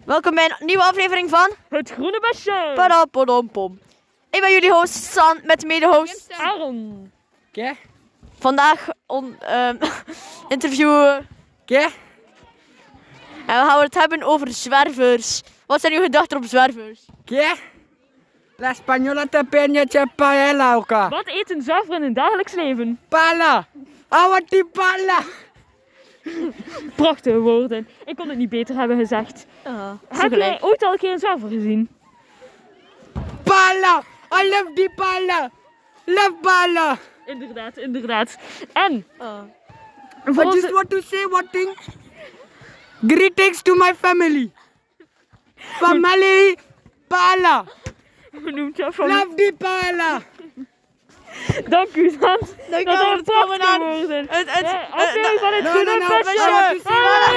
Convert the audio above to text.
Welkom bij een nieuwe aflevering van Het Groene Besje. Parapodompom. Ik ben jullie host San met de mede-host Aaron. Oké. Vandaag interviewen. Oké. En we gaan het hebben over zwervers. Wat zijn uw gedachten op zwervers? Oké. La española te peña paella oka. Wat eet een zwerver in het dagelijks leven? Pala. Awati pala. Prachtige woorden. Ik kon het niet beter hebben gezegd. Heb jij ooit al een keer een zwerver gezien? Pala. I love die pala. Love pala. Inderdaad. En? I just want to say one thing. Greetings to my family. Family pala. Hoe noemt je van? Love die pala. Dank u, Hans. Dank u Dat wel waren voor het komen prachtige aan. woorden. Het- Aflevering van het no, Groene no, Besje. I want to say one